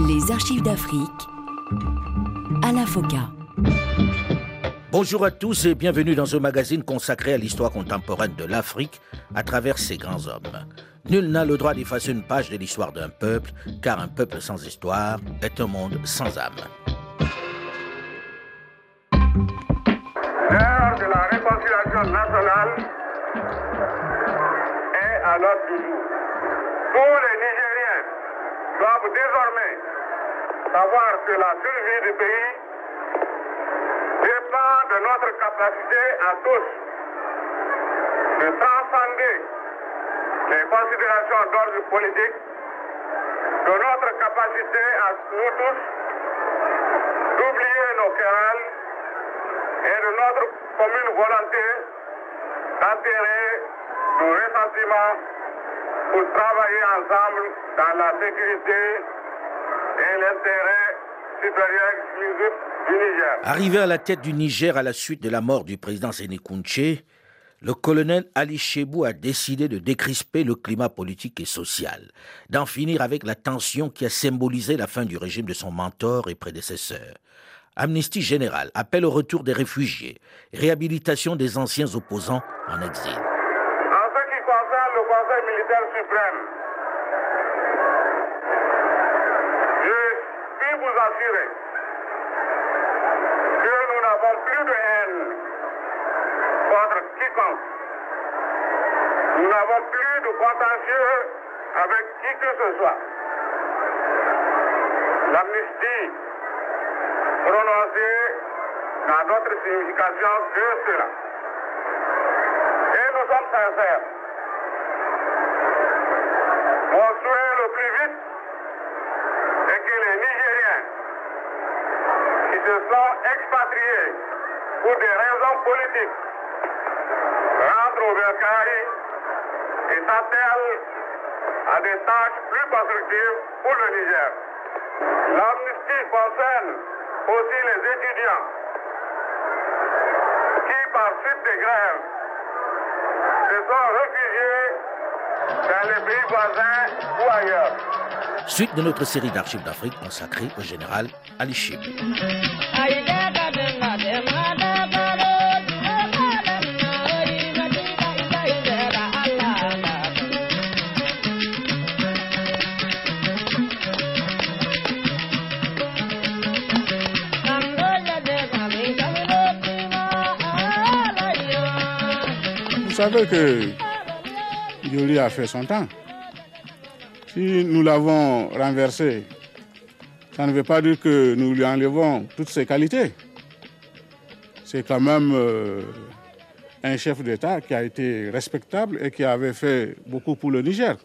Les archives d'Afrique, Alain Foka. Bonjour à tous et bienvenue dans ce magazine consacré à l'histoire contemporaine de l'Afrique à travers ses grands hommes. Nul n'a le droit d'effacer une page de l'histoire d'un peuple, car un peuple sans histoire est un monde sans âme. L'heure de la réconciliation nationale est à l'ordre du jour. Tous les Nigériens doivent désormais savoir que la survie du pays dépend de notre capacité à tous de transcender les considérations d'ordre politique, de notre capacité à nous tous d'oublier nos querelles et de notre commune volonté d'enterrer nos ressentiments pour travailler ensemble dans la sécurité et l'intérêt supérieur exclusif du Niger. Arrivé à la tête du Niger à la suite de la mort du président Séné Kountché, le colonel Ali Chebou a décidé de décrisper le climat politique et social, d'en finir avec la tension qui a symbolisé la fin du régime de son mentor et prédécesseur. Amnistie générale, appel au retour des réfugiés, réhabilitation des anciens opposants en exil. En ce qui concerne le Conseil militaire suprême, je puis vous assurer que nous n'avons plus de haine contre quiconque. Nous n'avons plus de contentieux avec qui que ce soit. L'amnistie prononcée n'a d'autre signification que cela. Et nous sommes sincères. Mon souhait le plus vite est que les Nigériens qui se sont expatriés pour des raisons politiques rentrent au bercail et s'attellent à des tâches plus constructives pour le Niger. L'amnistie concerne aussi les étudiants qui, par suite des grèves, se sont réfugiés dans les pays voisins ou ailleurs. Suite de notre série d'archives d'Afrique consacrée au général Ali Chebou. Vous savez que Yoli a fait son temps. Si nous l'avons renversé, ça ne veut pas dire que nous lui enlevons toutes ses qualités. C'est quand même un chef d'État qui a été respectable et qui avait fait beaucoup pour le Niger.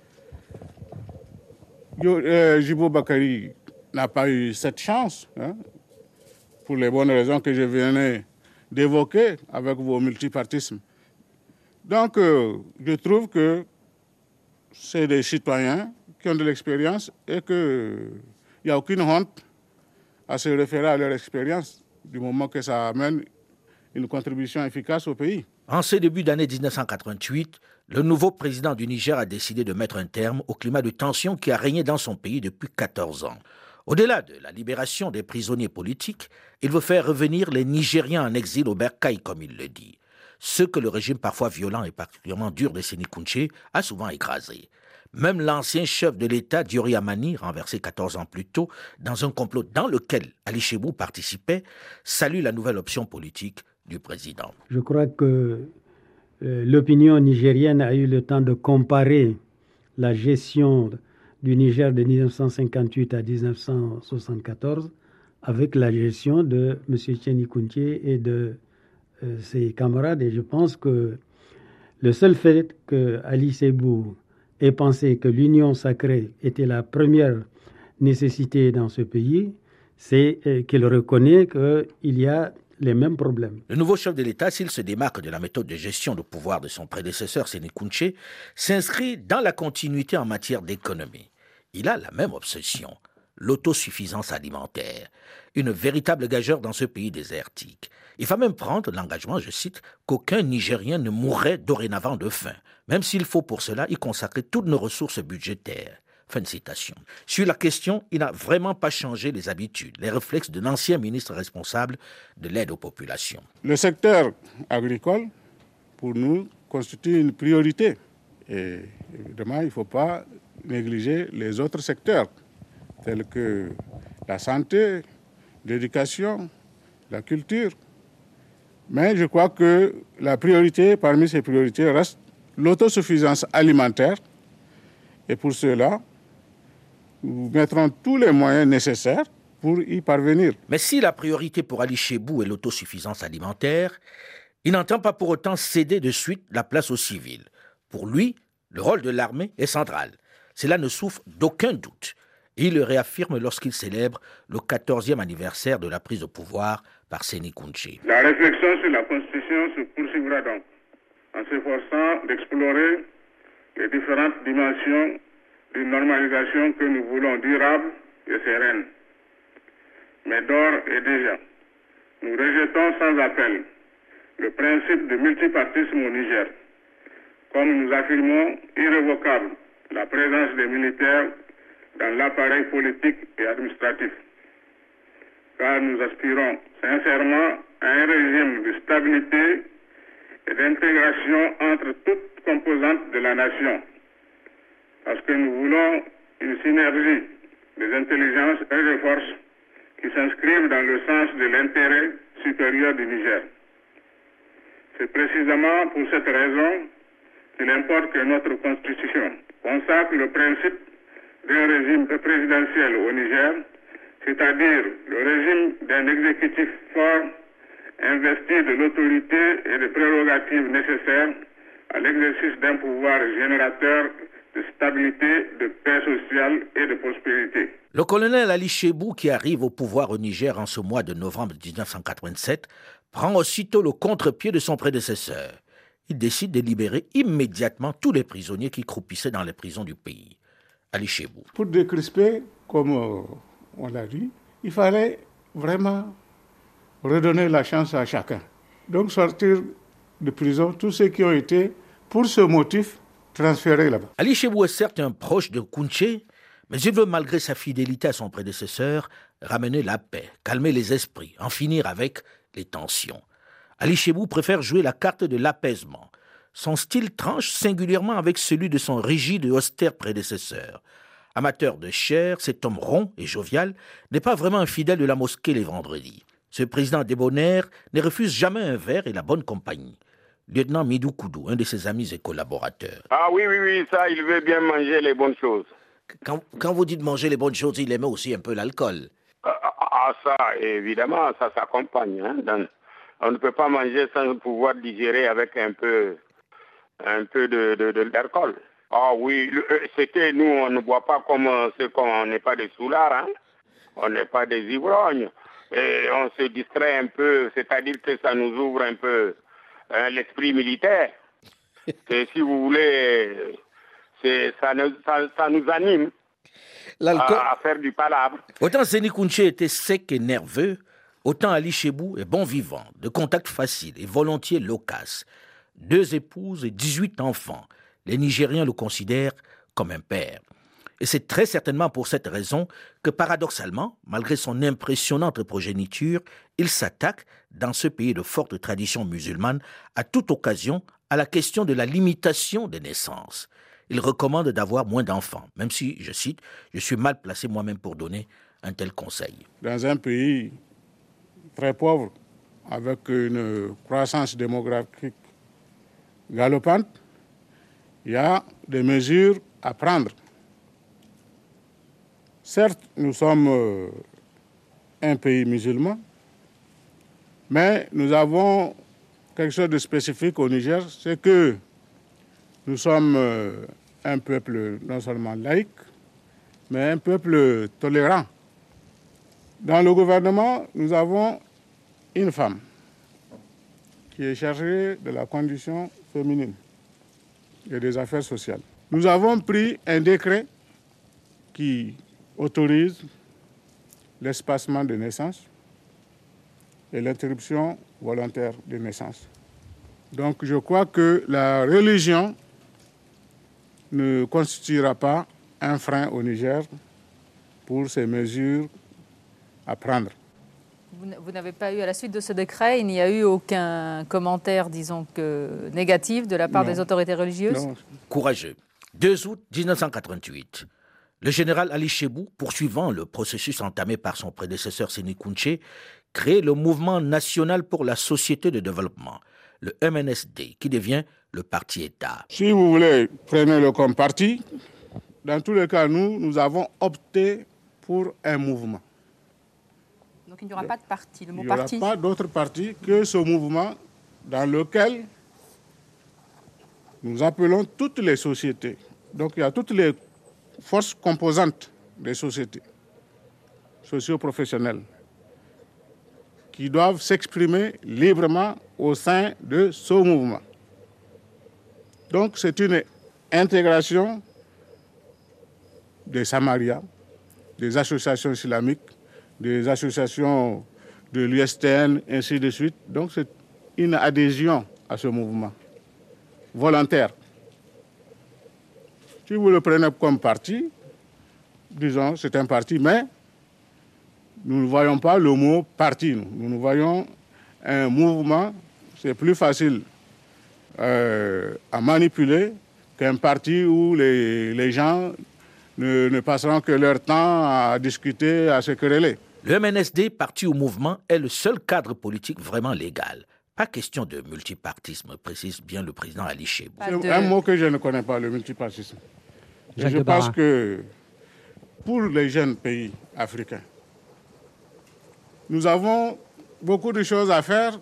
Djibo Bakary n'a pas eu cette chance, pour les bonnes raisons que je venais d'évoquer avec vos multipartismes. Donc, je trouve que c'est des citoyens qui ont de l'expérience et qu'il n'y a aucune honte à se référer à leur expérience du moment que ça amène une contribution efficace au pays. En ce début d'année 1988, le nouveau président du Niger a décidé de mettre un terme au climat de tension qui a régné dans son pays depuis 14 ans. Au-delà de la libération des prisonniers politiques, il veut faire revenir les Nigériens en exil au bercail, comme il le dit. Ce que le régime parfois violent et particulièrement dur de Séné Kountché a souvent écrasé. Même l'ancien chef de l'État, Diori Amani, renversé 14 ans plus tôt, dans un complot dans lequel Ali Chebou participait, salue la nouvelle option politique du président. Je crois que l'opinion nigérienne a eu le temps de comparer la gestion du Niger de 1958 à 1974 avec la gestion de M. Séné Kountché et de ses camarades. Et je pense que le seul fait que Ali Chebou ait pensé que l'union sacrée était la première nécessité dans ce pays, c'est qu'il reconnaît qu'il y a les mêmes problèmes. Le nouveau chef de l'État, s'il se démarque de la méthode de gestion de pouvoir de son prédécesseur Séné Kountché, s'inscrit dans la continuité en matière d'économie. Il a la même obsession, l'autosuffisance alimentaire, une véritable gageure dans ce pays désertique. Il va même prendre l'engagement, je cite, qu'aucun Nigérien ne mourrait dorénavant de faim, même s'il faut pour cela y consacrer toutes nos ressources budgétaires. Fin de citation. Sur la question, il n'a vraiment pas changé les habitudes, les réflexes d'un ancien ministre responsable de l'aide aux populations. Le secteur agricole, pour nous, constitue une priorité. Et évidemment, il ne faut pas négliger les autres secteurs, tels que la santé, l'éducation, la culture. Mais je crois que la priorité, parmi ces priorités, reste l'autosuffisance alimentaire. Et pour cela, nous mettrons tous les moyens nécessaires pour y parvenir. Mais si la priorité pour Ali Chebou est l'autosuffisance alimentaire, il n'entend pas pour autant céder de suite la place aux civils. Pour lui, le rôle de l'armée est central. Cela ne souffre d'aucun doute. Il le réaffirme lorsqu'il célèbre le 14e anniversaire de la prise de pouvoir par Séni Kountché. La réflexion sur la Constitution se poursuivra donc en s'efforçant d'explorer les différentes dimensions d'une normalisation que nous voulons durable et sereine. Mais d'ores et déjà, nous rejetons sans appel le principe de multipartisme au Niger, comme nous affirmons irrévocable la présence des militaires dans l'appareil politique et administratif, car nous aspirons sincèrement à un régime de stabilité et d'intégration entre toutes composantes de la nation, parce que nous voulons une synergie des intelligences et des forces qui s'inscrivent dans le sens de l'intérêt supérieur du Niger. C'est précisément pour cette raison qu'il importe que notre Constitution consacre le principe d'un régime présidentiel au Niger, c'est-à-dire le régime d'un exécutif fort, investi de l'autorité et des prérogatives nécessaires à l'exercice d'un pouvoir générateur de stabilité, de paix sociale et de prospérité. Le colonel Ali Chebou, qui arrive au pouvoir au Niger en ce mois de novembre 1987, prend aussitôt le contre-pied de son prédécesseur. Il décide de libérer immédiatement tous les prisonniers qui croupissaient dans les prisons du pays. Ali Chebou. Pour décrisper, comme on l'a dit, il fallait vraiment redonner la chance à chacun. Donc sortir de prison tous ceux qui ont été, pour ce motif, transférés là-bas. Ali Chebou est certes un proche de Kountché, mais il veut, malgré sa fidélité à son prédécesseur, ramener la paix, calmer les esprits, en finir avec les tensions. Ali Chebou préfère jouer la carte de l'apaisement. Son style tranche singulièrement avec celui de son rigide et austère prédécesseur. Amateur de chair, cet homme rond et jovial n'est pas vraiment un fidèle de la mosquée les vendredis. Ce président débonnaire ne refuse jamais un verre et la bonne compagnie. Lieutenant Midou Koudou, un de ses amis et collaborateurs. Ah oui, ça, il veut bien manger les bonnes choses. Quand vous dites manger les bonnes choses, il aime aussi un peu l'alcool. Ça, évidemment, ça s'accompagne. On ne peut pas manger sans pouvoir digérer avec un peu d'alcool. Ah oui, c'était nous, on ne boit pas comme ceux qu'on n'est pas des soulards, hein. On n'est pas des ivrognes. Et on se distrait un peu, c'est-à-dire que ça nous ouvre un peu l'esprit militaire. Et si vous voulez, ça nous anime à faire du palabre. Autant Séni Kountché était sec et nerveux, autant Ali Chebou est bon vivant, de contact facile et volontiers loquace. 2 épouses et 18 enfants. Les Nigériens le considèrent comme un père. Et c'est très certainement pour cette raison que, paradoxalement, malgré son impressionnante progéniture, il s'attaque, dans ce pays de forte tradition musulmane, à toute occasion, à la question de la limitation des naissances. Il recommande d'avoir moins d'enfants, même si, je cite, « je suis mal placé moi-même pour donner un tel conseil ». Dans un pays très pauvre, avec une croissance démographique galopante, il y a des mesures à prendre. Certes, nous sommes un pays musulman, mais nous avons quelque chose de spécifique au Niger, c'est que nous sommes un peuple non seulement laïque, mais un peuple tolérant. Dans le gouvernement, nous avons une femme qui est chargée de la condition féminine et des affaires sociales. Nous avons pris un décret qui autorise l'espacement de naissance et l'interruption volontaire de naissance. Donc je crois que la religion ne constituera pas un frein au Niger pour ces mesures à prendre. Vous n'avez pas eu, à la suite de ce décret, il n'y a eu aucun commentaire, disons que négatif de la part des autorités religieuses? Non. Courageux. 2 août 1988. Le général Ali Chebou, poursuivant le processus entamé par son prédécesseur Séné Kounché, crée le Mouvement national pour la société de développement, le MNSD, qui devient le parti-État. Si vous voulez, prenez-le comme parti. Dans tous les cas, nous avons opté pour un mouvement. Donc il n'y aura pas de parti, le mot Il parti. n'y aura pas d'autre parti que ce mouvement dans lequel nous appelons toutes les sociétés. Donc il y a toutes les forces composantes des sociétés socio-professionnelles qui doivent s'exprimer librement au sein de ce mouvement. Donc c'est une intégration des Samarias, des associations islamiques, des associations de l'USTN, ainsi de suite. Donc c'est une adhésion à ce mouvement volontaire. Si vous le prenez comme parti, disons c'est un parti, mais nous ne voyons pas le mot parti. Nous voyons un mouvement, c'est plus facile à manipuler qu'un parti où les gens ne passeront que leur temps à discuter, à se quereller. Le MNSD, parti au mouvement, est le seul cadre politique vraiment légal. Pas question de multipartisme, précise bien le président Ali Chebou. C'est un mot que je ne connais pas, le multipartisme. Et je pense que pour les jeunes pays africains, nous avons beaucoup de choses à faire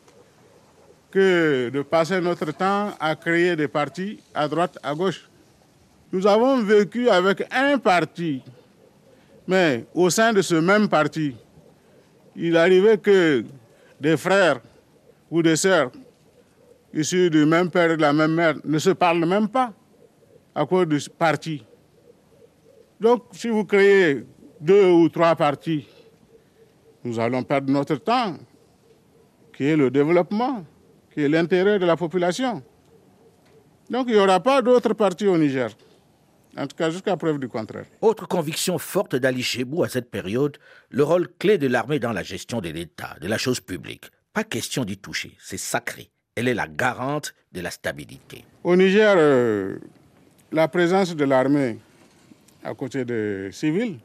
que de passer notre temps à créer des partis à droite, à gauche. Nous avons vécu avec un parti, mais au sein de ce même parti, il arrivait que des frères ou des sœurs issus du même père et de la même mère ne se parlent même pas à cause du parti. Donc, si vous créez 2 ou 3 partis, nous allons perdre notre temps, qui est le développement, qui est l'intérêt de la population. Donc, il n'y aura pas d'autres partis au Niger. En tout cas, jusqu'à preuve du contraire. Autre conviction forte d'Ali Chebou à cette période, le rôle clé de l'armée dans la gestion de l'État, de la chose publique. Pas question d'y toucher, c'est sacré. Elle est la garante de la stabilité. Au Niger, la présence de l'armée à côté des civils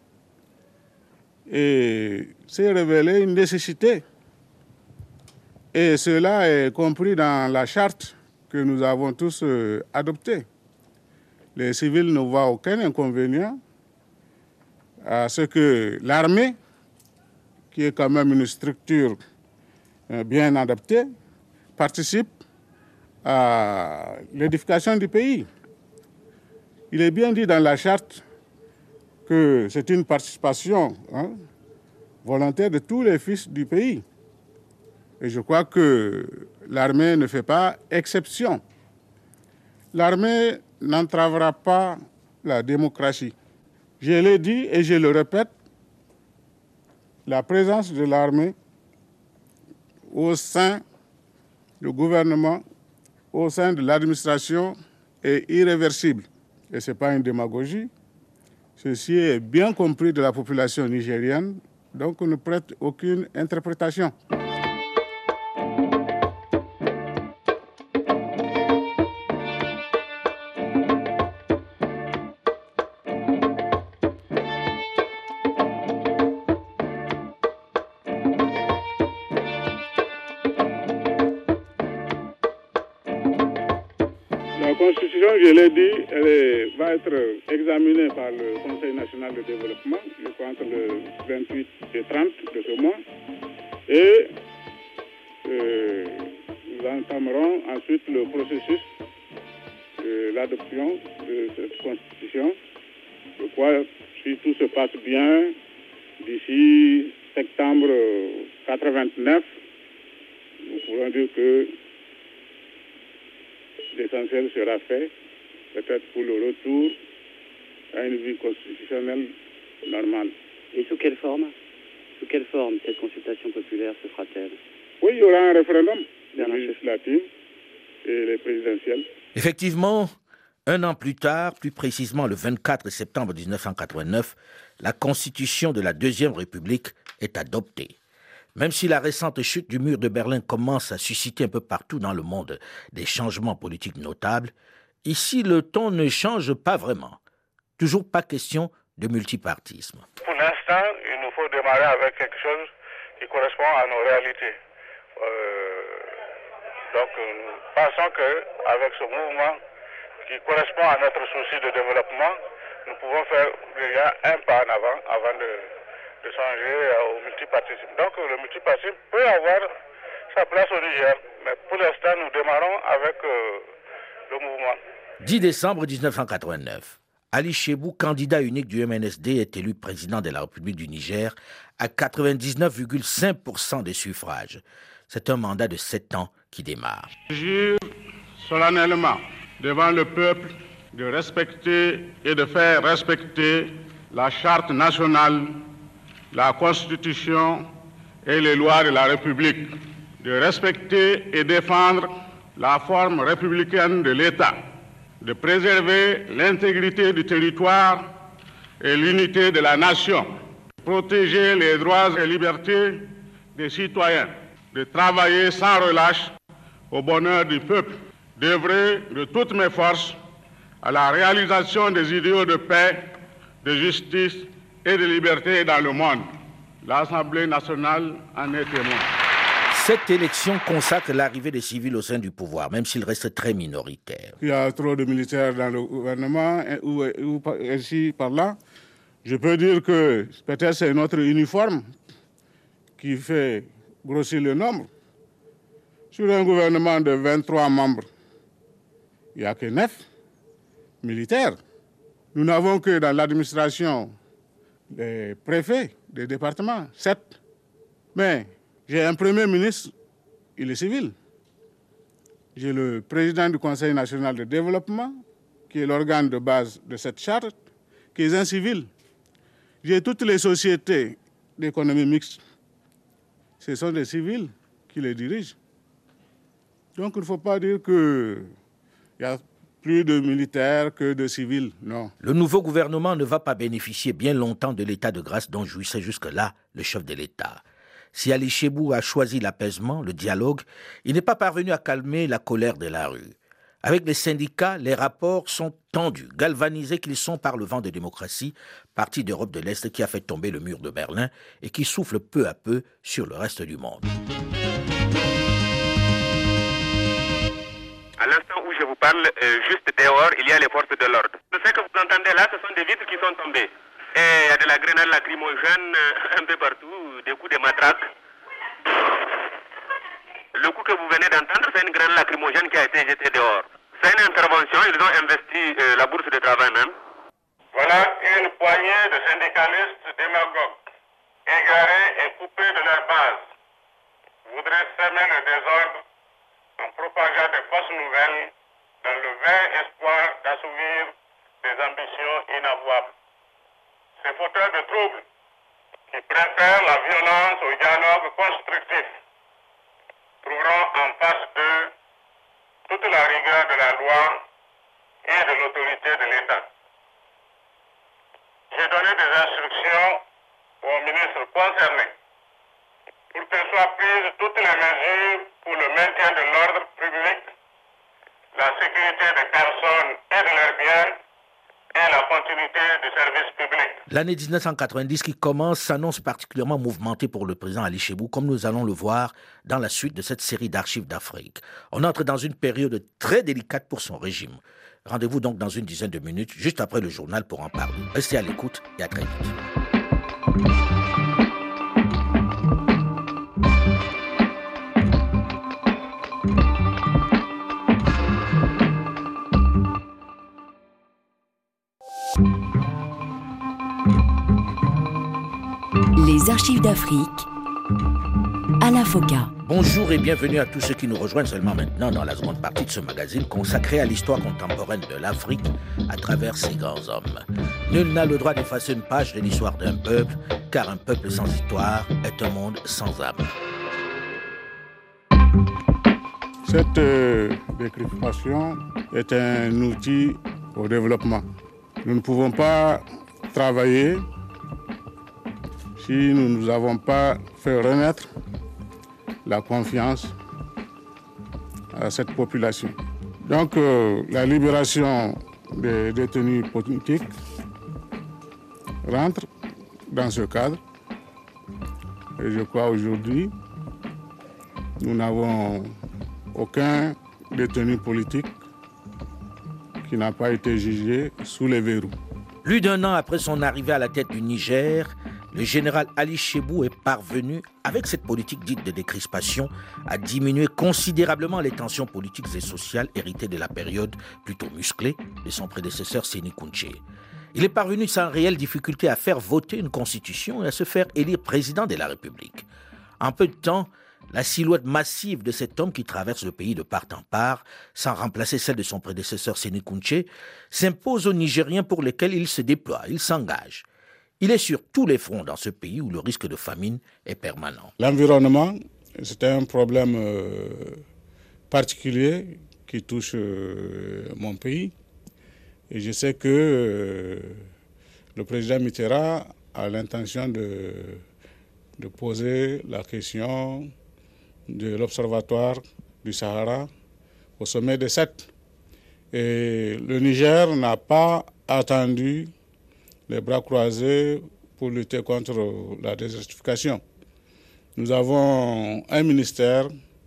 s'est révélée une nécessité. Et cela est compris dans la charte que nous avons tous adoptée. Les civils ne voient aucun inconvénient à ce que l'armée, qui est quand même une structure bien adaptée, participe à l'édification du pays. Il est bien dit dans la charte que c'est une participation volontaire de tous les fils du pays. Et je crois que l'armée ne fait pas exception. L'armée n'entravera pas la démocratie. Je l'ai dit et je le répète, la présence de l'armée au sein du gouvernement, au sein de l'administration est irréversible. Et ce n'est pas une démagogie. Ceci est bien compris de la population nigérienne, donc on ne prête aucune interprétation. La Constitution, je l'ai dit, elle va être examinée par le Conseil national de développement, je crois entre le 28 et 30 de ce mois. Et nous entamerons ensuite le processus de l'adoption de cette Constitution. Je crois, si tout se passe bien, d'ici septembre 89, nous pourrons dire que l'essentiel sera fait, peut-être pour le retour à une vie constitutionnelle normale. Et sous quelle forme cette consultation populaire se fera-t-elle? Oui, il y aura un référendum, les législatives et les présidentielles. Effectivement, Un an plus tard, plus précisément le 24 septembre 1989, la constitution de la Deuxième République est adoptée. Même si la récente chute du mur de Berlin commence à susciter un peu partout dans le monde des changements politiques notables, ici le ton ne change pas vraiment. Toujours pas question de multipartisme. Pour l'instant, il nous faut démarrer avec quelque chose qui correspond à nos réalités. Donc nous pensons qu'avec ce mouvement qui correspond à notre souci de développement, nous pouvons faire déjà un pas en avant de changer au multipartisme. Donc le multipartisme peut avoir sa place au Niger, mais pour l'instant nous démarrons avec le mouvement. 10 décembre 1989. Ali Chebou, candidat unique du MNSD, est élu président de la République du Niger à 99,5% des suffrages. C'est un mandat de 7 ans qui démarre. Je jure solennellement devant le peuple de respecter et de faire respecter la Charte nationale, la Constitution et les lois de la République, de respecter et défendre la forme républicaine de l'État, de préserver l'intégrité du territoire et l'unité de la nation, de protéger les droits et libertés des citoyens, de travailler sans relâche au bonheur du peuple, d'œuvrer de toutes mes forces à la réalisation des idéaux de paix, de justice et de liberté dans le monde. L'Assemblée nationale en est témoin. Cette élection consacre l'arrivée des civils au sein du pouvoir, même s'il reste très minoritaire. Il y a trop de militaires dans le gouvernement, ou ici, par là. Je peux dire que peut-être c'est notre uniforme qui fait grossir le nombre. Sur un gouvernement de 23 membres, il n'y a que 9 militaires. Nous n'avons que dans l'administration des préfets, des départements, 7. Mais j'ai un premier ministre, il est civil. J'ai le président du Conseil national de développement, qui est l'organe de base de cette charte, qui est un civil. J'ai toutes les sociétés d'économie mixte. Ce sont des civils qui les dirigent. Donc il ne faut pas dire qu'il y a plus de militaires que de civils, non. Le nouveau gouvernement ne va pas bénéficier bien longtemps de l'état de grâce dont jouissait jusque-là le chef de l'État. Si Ali Chebou a choisi l'apaisement, le dialogue, il n'est pas parvenu à calmer la colère de la rue. Avec les syndicats, les rapports sont tendus, galvanisés qu'ils sont par le vent de démocratie, parti d'Europe de l'Est qui a fait tomber le mur de Berlin et qui souffle peu à peu sur le reste du monde. À l'instant où je vous parle, juste dehors, il y a les forces de l'ordre. Ce que vous entendez là, ce sont des vitres qui sont tombées. Et il y a de la grenade lacrymogène un peu partout, des coups de matraque. Le coup que vous venez d'entendre, c'est une grenade lacrymogène qui a été jetée dehors. C'est une intervention, ils ont investi la bourse de travail même. Voilà une poignée de syndicalistes démagogues, égarés et coupés de leur base, voudraient semer le désordre en propageant de fausses nouvelles dans le vain espoir d'assouvir des ambitions inavouables. Ces fauteurs de troubles qui préfèrent la violence au dialogue constructif trouveront en face d'eux toute la rigueur de la loi et de l'autorité de l'État. J'ai donné des instructions aux ministres concernés pour que soient prises toutes les mesures pour le maintien de l'ordre public, la sécurité des personnes et de leurs biens et la continuité du service public. L'année 1990 qui commence s'annonce particulièrement mouvementée pour le président Ali Chebou, comme nous allons le voir dans la suite de cette série d'archives d'Afrique. On entre dans une période très délicate pour son régime. Rendez-vous donc dans une dizaine de minutes, juste après le journal pour en parler. Restez à l'écoute et à très vite. Les archives d'Afrique, Alain Foka. Bonjour et bienvenue à tous ceux qui nous rejoignent seulement maintenant dans la seconde partie de ce magazine consacré à l'histoire contemporaine de l'Afrique à travers ses grands hommes. Nul n'a le droit d'effacer une page de l'histoire d'un peuple, car un peuple sans histoire est un monde sans âme. Cette décryptation est un outil au développement. Nous ne pouvons pas travailler si nous n'avons pas fait renaître la confiance à cette population. Donc la libération des détenus politiques rentre dans ce cadre. Et je crois aujourd'hui, nous n'avons aucun détenu politique qui n'a pas été jugé sous les verrous. Plus d'un an après son arrivée à la tête du Niger, le général Ali Chebou est parvenu, avec cette politique dite de décrispation, à diminuer considérablement les tensions politiques et sociales héritées de la période plutôt musclée de son prédécesseur Séni Kountché. Il est parvenu sans réelle difficulté à faire voter une constitution et à se faire élire président de la République. En peu de temps, la silhouette massive de cet homme qui traverse le pays de part en part, sans remplacer celle de son prédécesseur Séni Kountché, s'impose aux Nigériens pour lesquels il se déploie, il s'engage. Il est sur tous les fronts dans ce pays où le risque de famine est permanent. L'environnement, c'est un problème particulier qui touche mon pays. Et je sais que le président Mitterrand a l'intention de poser la question de l'Observatoire du Sahara au sommet des 7. Et le Niger n'a pas attendu les bras croisés pour lutter contre la désertification. Nous avons un ministère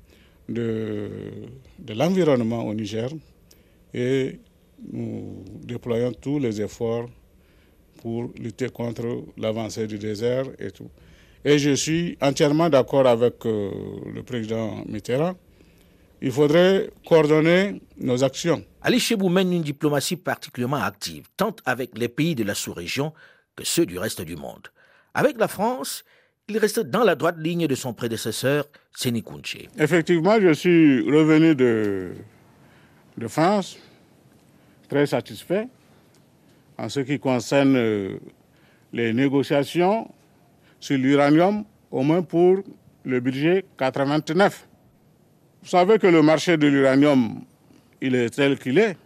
de l'environnement au Niger et nous déployons tous les efforts pour lutter contre l'avancée du désert et tout. Et je suis entièrement d'accord avec le président Mitterrand. Il faudrait coordonner nos actions. Ali Chebou mène une diplomatie particulièrement active, tant avec les pays de la sous-région que ceux du reste du monde. Avec la France, il reste dans la droite ligne de son prédécesseur, Séni Kountché. Effectivement, je suis revenu de France, très satisfait en ce qui concerne les négociations sur l'uranium, au moins pour le budget 89. Vous savez que le marché de l'uranium, il est tel qu'il est.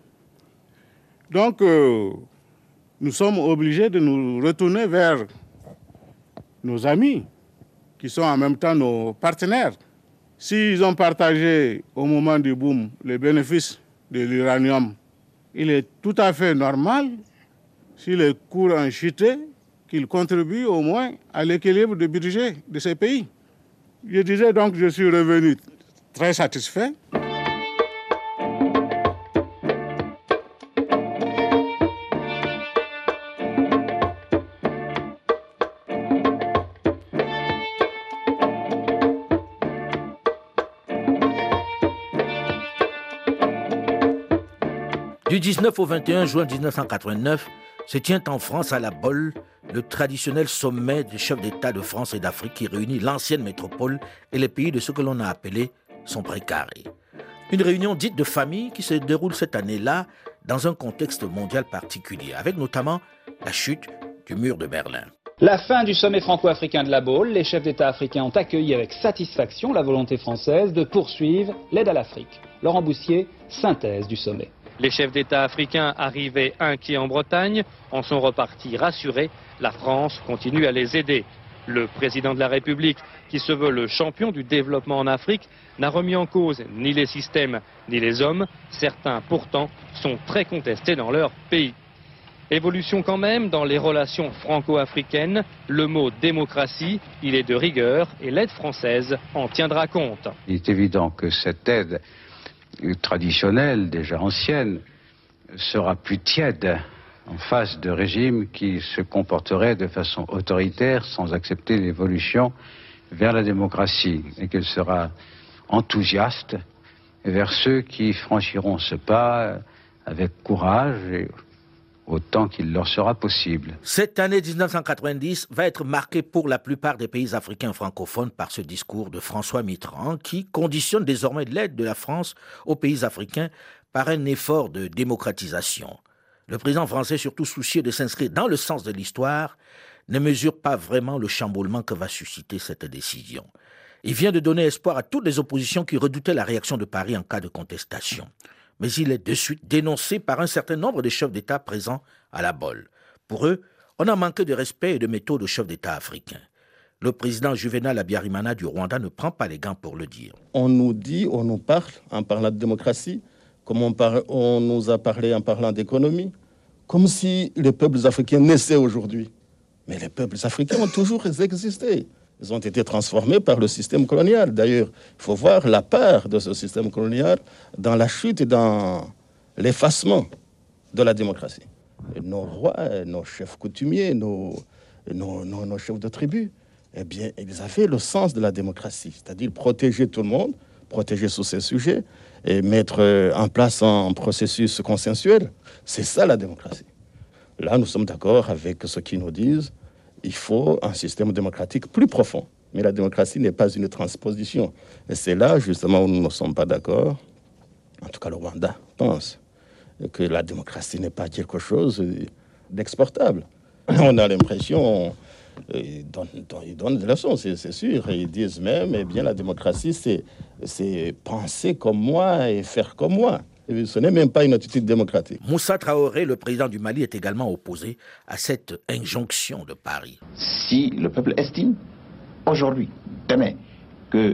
Donc, nous sommes obligés de nous retourner vers nos amis, qui sont en même temps nos partenaires. S'ils ont partagé au moment du boom les bénéfices de l'uranium, il est tout à fait normal, si les cours ont chuté, qu'ils contribuent au moins à l'équilibre du budget de ces pays. Je disais donc que je suis revenu très satisfait. Du 19 au 21 juin 1989, se tient en France à La Baule le traditionnel sommet des chefs d'État de France et d'Afrique qui réunit l'ancienne métropole et les pays de ce que l'on a appelé son précaré. Une réunion dite de famille qui se déroule cette année-là dans un contexte mondial particulier, avec notamment la chute du mur de Berlin. La fin du sommet franco-africain de La Baule, les chefs d'État africains ont accueilli avec satisfaction la volonté française de poursuivre l'aide à l'Afrique. Laurent Boussier, synthèse du sommet. Les chefs d'État africains arrivés inquiets en Bretagne en sont repartis rassurés. La France continue à les aider. Le président de la République, qui se veut le champion du développement en Afrique, n'a remis en cause ni les systèmes ni les hommes. Certains, pourtant, sont très contestés dans leur pays. Évolution quand même dans les relations franco-africaines. Le mot démocratie, il est de rigueur et l'aide française en tiendra compte. Il est évident que cette aide traditionnelle, déjà ancienne, sera plus tiède en face de régimes qui se comporteraient de façon autoritaire sans accepter l'évolution vers la démocratie, et qu'elle sera enthousiaste vers ceux qui franchiront ce pas avec courage et autant qu'il leur sera possible. Cette année 1990 va être marquée pour la plupart des pays africains francophones par ce discours de François Mitterrand qui conditionne désormais l'aide de la France aux pays africains par un effort de démocratisation. Le président français, surtout soucieux de s'inscrire dans le sens de l'histoire, ne mesure pas vraiment le chamboulement que va susciter cette décision. Il vient de donner espoir à toutes les oppositions qui redoutaient la réaction de Paris en cas de contestation. mais il est de suite dénoncé par un certain nombre de chefs d'État présents à la Baule. Pour eux, on a manqué de respect et de méthode aux chefs d'État africains. Le président Juvenal Habyarimana du Rwanda ne prend pas les gants pour le dire. On nous dit, on nous parle en parlant de démocratie, comme on nous a parlé en parlant d'économie, comme si les peuples africains naissaient aujourd'hui. Mais les peuples africains ont toujours existé. Ils ont été transformés par le système colonial. D'ailleurs, il faut voir la part de ce système colonial dans la chute et dans l'effacement de la démocratie. Et nos rois, nos chefs coutumiers, nos chefs de tribu, eh bien, ils avaient le sens de la démocratie, c'est-à-dire protéger tout le monde, protéger sur ces sujets et mettre en place un processus consensuel. C'est ça la démocratie. Là, nous sommes d'accord avec ce qu'ils nous disent. Il faut un système démocratique plus profond. Mais la démocratie n'est pas une transposition. Et c'est là, justement, où nous ne sommes pas d'accord. En tout cas, le Rwanda pense que la démocratie n'est pas quelque chose d'exportable. On a l'impression, ils donnent des leçons, c'est sûr. Et ils disent même, eh bien, la démocratie, c'est penser comme moi et faire comme moi. Ce n'est même pas une attitude démocratique. Moussa Traoré, le président du Mali, est également opposé à cette injonction de Paris. Si le peuple estime aujourd'hui, demain, que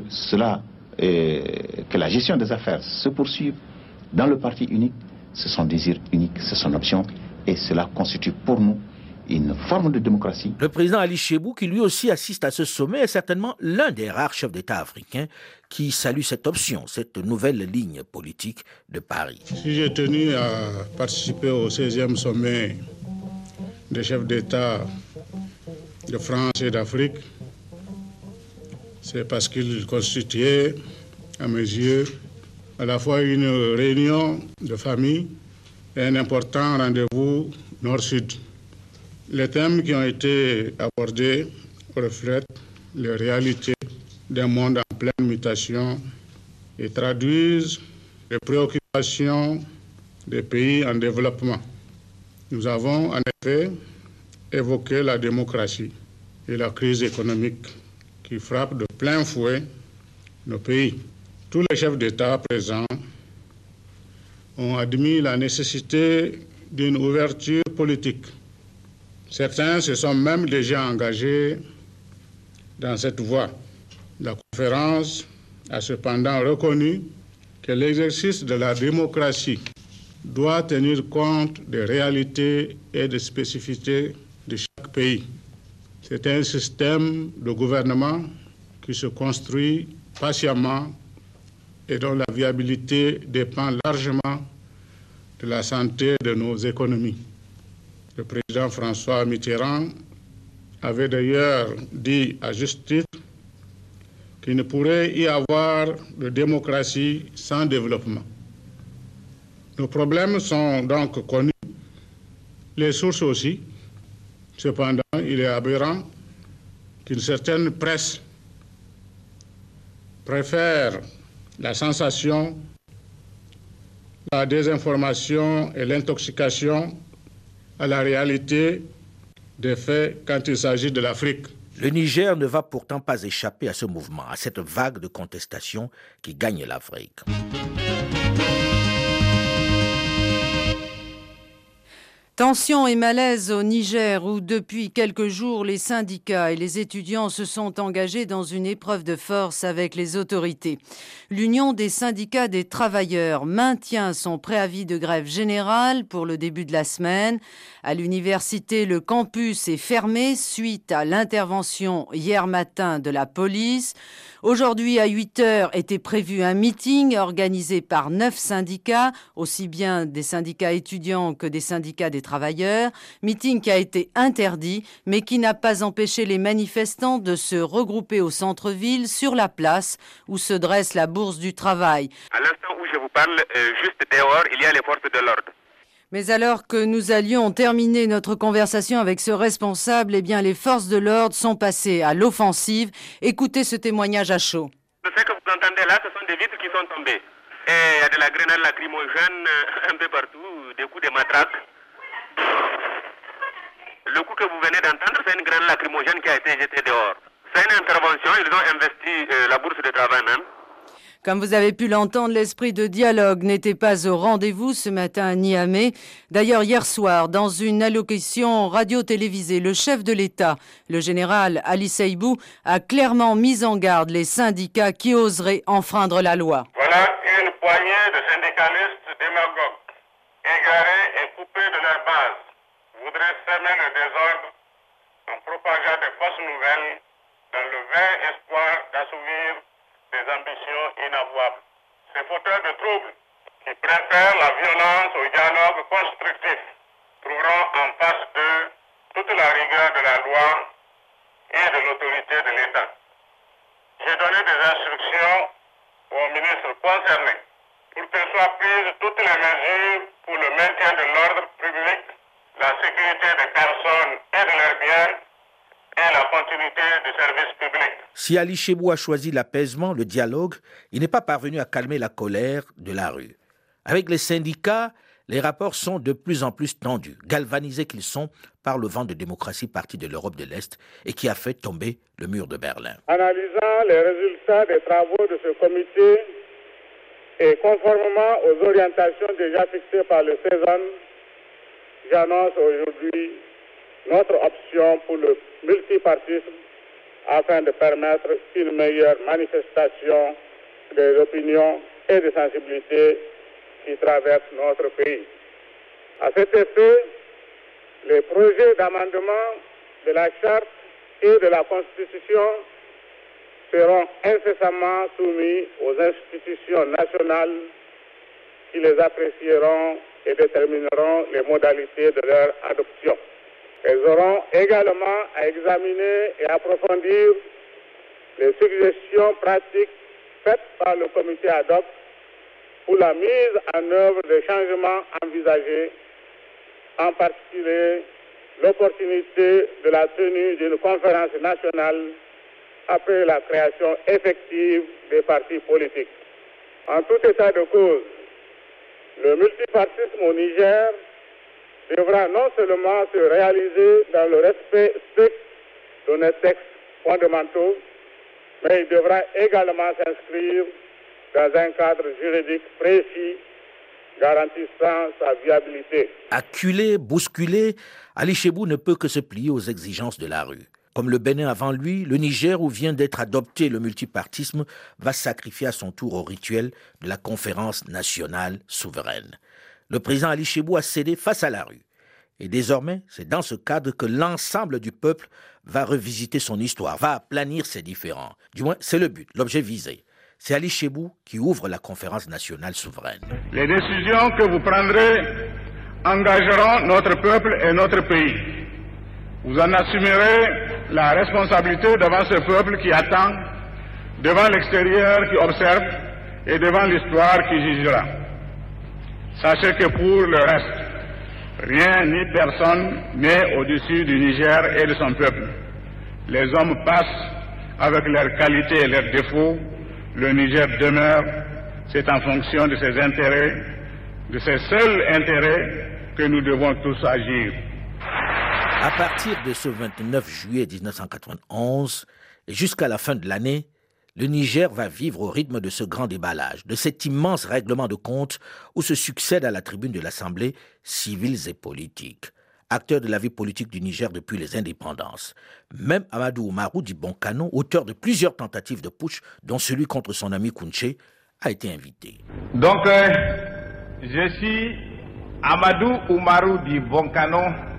la gestion des affaires se poursuive dans le parti unique, c'est son désir unique, c'est son option, et cela constitue pour nous une forme de démocratie. Le président Ali Chebou, qui lui aussi assiste à ce sommet, est certainement l'un des rares chefs d'État africains qui salue cette option, cette nouvelle ligne politique de Paris. Si j'ai tenu à participer au 16e sommet des chefs d'État de France et d'Afrique, c'est parce qu'il constituait, à mes yeux, à la fois une réunion de famille et un important rendez-vous nord-sud. Les thèmes qui ont été abordés reflètent les réalités d'un monde en pleine mutation et traduisent les préoccupations des pays en développement. Nous avons en effet évoqué la démocratie et la crise économique qui frappe de plein fouet nos pays. Tous les chefs d'État présents ont admis la nécessité d'une ouverture politique. Certains se sont même déjà engagés dans cette voie. La conférence a cependant reconnu que l'exercice de la démocratie doit tenir compte des réalités et des spécificités de chaque pays. C'est un système de gouvernement qui se construit patiemment et dont la viabilité dépend largement de la santé de nos économies. Le président François Mitterrand avait d'ailleurs dit à juste titre qu'il ne pourrait y avoir de démocratie sans développement. Nos problèmes sont donc connus, les sources aussi. Cependant, il est aberrant qu'une certaine presse préfère la sensation, la désinformation et l'intoxication à la réalité des faits quand il s'agit de l'Afrique. Le Niger ne va pourtant pas échapper à ce mouvement, à cette vague de contestation qui gagne l'Afrique. Tension et malaise au Niger où depuis quelques jours les syndicats et les étudiants se sont engagés dans une épreuve de force avec les autorités. L'Union des syndicats des travailleurs maintient son préavis de grève générale pour le début de la semaine. À l'université, le campus est fermé suite à l'intervention hier matin de la police. Aujourd'hui, à 8h, était prévu un meeting organisé par 9 syndicats, aussi bien des syndicats étudiants que des syndicats des travailleurs. Meeting qui a été interdit, mais qui n'a pas empêché les manifestants de se regrouper au centre-ville, sur la place où se dresse la Bourse du Travail. À l'instant où je vous parle, juste dehors, il y a les forces de l'ordre. Mais alors que nous allions terminer notre conversation avec ce responsable, eh bien les forces de l'ordre sont passées à l'offensive. Écoutez ce témoignage à chaud. Ce que vous entendez là, ce sont des vitres qui sont tombées. Et il y a de la grenade lacrymogène un peu partout, des coups de matraque. Le coup que vous venez d'entendre, c'est une grenade lacrymogène qui a été jetée dehors. C'est une intervention, ils ont investi la bourse de travail même. Comme vous avez pu l'entendre, l'esprit de dialogue n'était pas au rendez-vous ce matin à Niamey. D'ailleurs, hier soir, dans une allocution radio-télévisée, le chef de l'État, le général Ali Seibou, a clairement mis en garde les syndicats qui oseraient enfreindre la loi. Voilà une poignée de syndicalistes démagogues, égarés et coupés de leur base, voudraient semer le désordre en propageant de fausses nouvelles dans le vain espoir d'assouvir des ambitions inavouables. Ces fauteurs de troubles qui préfèrent la violence au dialogue constructif trouveront en face d'eux toute la rigueur de la loi et de l'autorité de l'État. J'ai donné des instructions aux ministres concernés pour que soient prises toutes les mesures pour le maintien de l'ordre public, la sécurité des personnes et de leurs biens et la continuité du service public. Si Ali Chebou a choisi l'apaisement, le dialogue, il n'est pas parvenu à calmer la colère de la rue. Avec les syndicats, les rapports sont de plus en plus tendus, galvanisés qu'ils sont par le vent de démocratie parti de l'Europe de l'Est et qui a fait tomber le mur de Berlin. Analysant les résultats des travaux de ce comité et conformément aux orientations déjà fixées par le CESAN, j'annonce aujourd'hui notre option pour le multipartisme afin de permettre une meilleure manifestation des opinions et des sensibilités qui traversent notre pays. À cet effet, les projets d'amendement de la Charte et de la Constitution seront incessamment soumis aux institutions nationales qui les apprécieront et détermineront les modalités de leur adoption. Elles auront également à examiner et approfondir les suggestions pratiques faites par le comité ad hoc pour la mise en œuvre des changements envisagés, en particulier l'opportunité de la tenue d'une conférence nationale après la création effective des partis politiques. En tout état de cause, le multipartisme au Niger devra non seulement se réaliser dans le respect strict de nos textes fondamentaux, mais il devra également s'inscrire dans un cadre juridique précis garantissant sa viabilité. Acculé, bousculé, Ali Chebou ne peut que se plier aux exigences de la rue. Comme le Bénin avant lui, le Niger, où vient d'être adopté le multipartisme, va sacrifier à son tour au rituel de la conférence nationale souveraine. Le président Ali Chebou a cédé face à la rue. Et désormais, c'est dans ce cadre que l'ensemble du peuple va revisiter son histoire, va aplanir ses différends. Du moins, c'est le but, l'objet visé. C'est Ali Chebou qui ouvre la conférence nationale souveraine. Les décisions que vous prendrez engageront notre peuple et notre pays. Vous en assumerez la responsabilité devant ce peuple qui attend, devant l'extérieur qui observe et devant l'histoire qui jugera. Sachez que pour le reste, rien ni personne n'est au-dessus du Niger et de son peuple. Les hommes passent avec leurs qualités et leurs défauts. Le Niger demeure. C'est en fonction de ses intérêts, de ses seuls intérêts, que nous devons tous agir. À partir de ce 29 juillet 1991 et jusqu'à la fin de l'année, le Niger va vivre au rythme de ce grand déballage, de cet immense règlement de compte où se succèdent à la tribune de l'Assemblée civils et politiques. Acteur de la vie politique du Niger depuis les indépendances. Même Amadou Oumarou dit Bonkano, auteur de plusieurs tentatives de putsch, dont celui contre son ami Kounché, a été invité. Donc, je suis Amadou Oumarou dit Bonkano,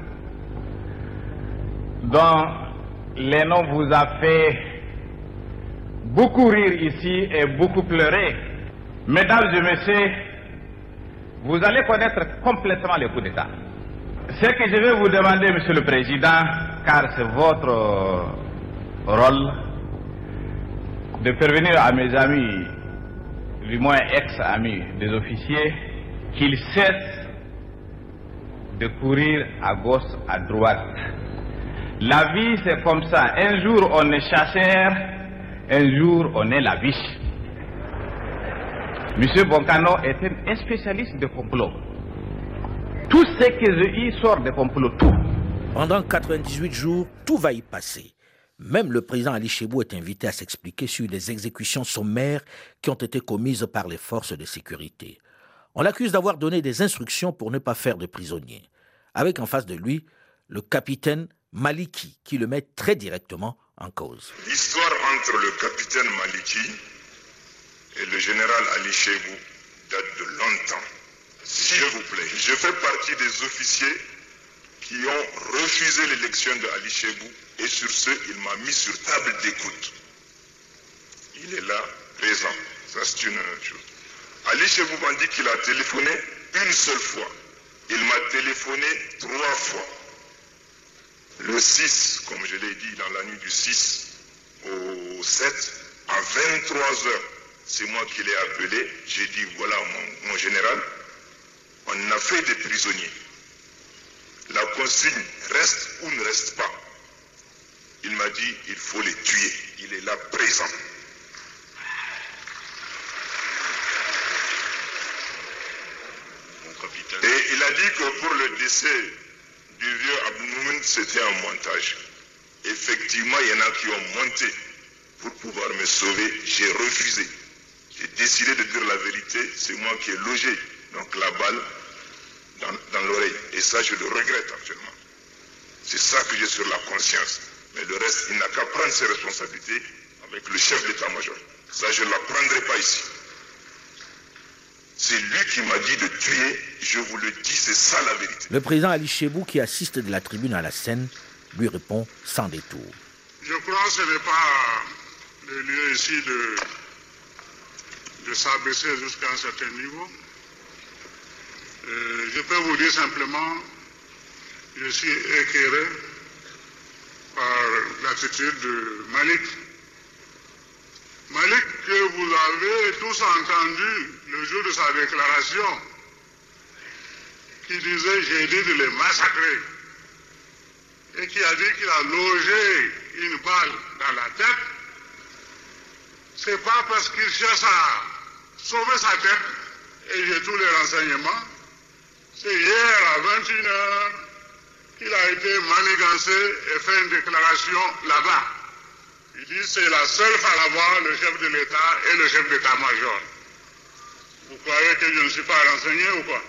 dont les noms vous a fait beaucoup rire ici et beaucoup pleurer. Mesdames et messieurs, vous allez connaître complètement le coup d'État. Ce que je vais vous demander, Monsieur le Président, car c'est votre rôle, de parvenir à mes amis, du moins ex-amis des officiers, qu'ils cessent de courir à gauche, à droite. La vie, c'est comme ça. Un jour, on est chasseur, un jour, on est la biche. Monsieur Bonkano est un spécialiste de complot. Tout ce que je dis sort de complot, tout. Pendant 98 jours, tout va y passer. Même le président Ali Chebou est invité à s'expliquer sur les exécutions sommaires qui ont été commises par les forces de sécurité. On l'accuse d'avoir donné des instructions pour ne pas faire de prisonniers, avec en face de lui le capitaine Maliki, qui le met très directement en cause. L'histoire entre le capitaine Maliki et le général Ali Chebou date de longtemps. S'il vous plaît, je fais partie des officiers qui ont refusé l'élection de Ali Chebou et sur ce, il m'a mis sur table d'écoute. Il est là, présent. Ça, c'est une chose. Ali Chebou m'a dit qu'il a téléphoné une seule fois. Il m'a téléphoné 3 fois. Le 6, comme je l'ai dit, dans la nuit du 6 au 7, à 23 h, c'est moi qui l'ai appelé. J'ai dit, voilà mon général, on a fait des prisonniers. La consigne reste ou ne reste pas. Il m'a dit, il faut les tuer. Il est là présent. Et il a dit que pour le décès du vieux Abdoumoun, c'était un montage. Effectivement, il y en a qui ont monté pour pouvoir me sauver. J'ai refusé. J'ai décidé de dire la vérité. C'est moi qui ai logé donc la balle dans l'oreille. Et ça, je le regrette actuellement. C'est ça que j'ai sur la conscience. Mais le reste, il n'a qu'à prendre ses responsabilités avec le chef d'état-major. Ça, je ne la prendrai pas ici. C'est lui qui m'a dit de tuer, je vous le dis, c'est ça la vérité. Le président Ali Chebou, qui assiste de la tribune à la scène, lui répond sans détour. Je crois que ce n'est pas le lieu ici de s'abaisser jusqu'à un certain niveau. Je peux vous dire simplement, je suis éclairé par l'attitude de Malik. Malik, que vous avez tous entendu le jour de sa déclaration, qui disait « j'ai dit de les massacrer » et qui a dit qu'il a logé une balle dans la tête, c'est pas parce qu'il cherche à sauver sa tête, et j'ai tous les renseignements, c'est hier à 21 h qu'il a été manigancé et fait une déclaration là-bas. Il dit c'est la seule fois à voir le chef de l'État et le chef d'état-major. Vous croyez que je ne suis pas renseigné ou quoi?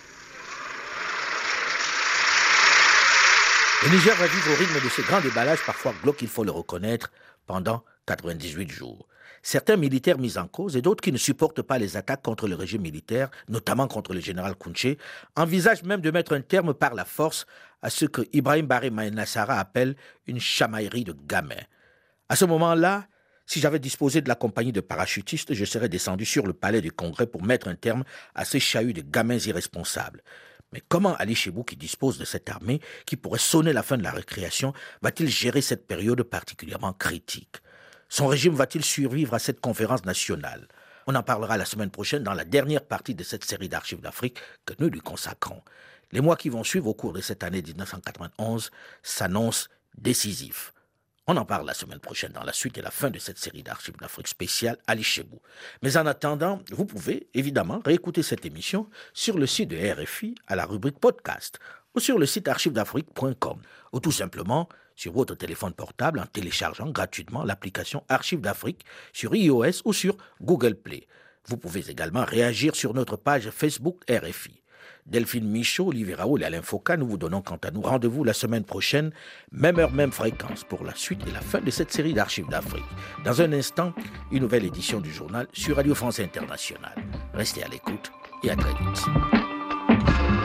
Le Niger va vivre au rythme de ce grand déballage, parfois glauque, il faut le reconnaître, pendant 98 jours. Certains militaires mis en cause et d'autres qui ne supportent pas les attaques contre le régime militaire, notamment contre le général Kounché, envisagent même de mettre un terme par la force à ce que Ibrahim Baré Maïnassara appelle une chamaillerie de gamins. À ce moment-là, si j'avais disposé de la compagnie de parachutistes, je serais descendu sur le palais du Congrès pour mettre un terme à ces chahuts de gamins irresponsables. Mais comment Ali Chebou, qui dispose de cette armée, qui pourrait sonner la fin de la récréation, va-t-il gérer cette période particulièrement critique? Son régime va-t-il survivre à cette conférence nationale? On en parlera la semaine prochaine dans la dernière partie de cette série d'archives d'Afrique que nous lui consacrons. Les mois qui vont suivre au cours de cette année 1991 s'annoncent décisifs. On en parle la semaine prochaine dans la suite et la fin de cette série d'archives d'Afrique spéciale Ali Chebou. Mais en attendant, vous pouvez évidemment réécouter cette émission sur le site de RFI à la rubrique podcast ou sur le site archivesdafrique.com ou tout simplement sur votre téléphone portable en téléchargeant gratuitement l'application Archives d'Afrique sur iOS ou sur Google Play. Vous pouvez également réagir sur notre page Facebook RFI. Delphine Michaud, Olivier Raoul et Alain Foucault, nous vous donnons quant à nous rendez-vous la semaine prochaine, même heure, même fréquence, pour la suite et la fin de cette série d'archives d'Afrique. Dans un instant, une nouvelle édition du journal sur Radio France Internationale. Restez à l'écoute et à très vite.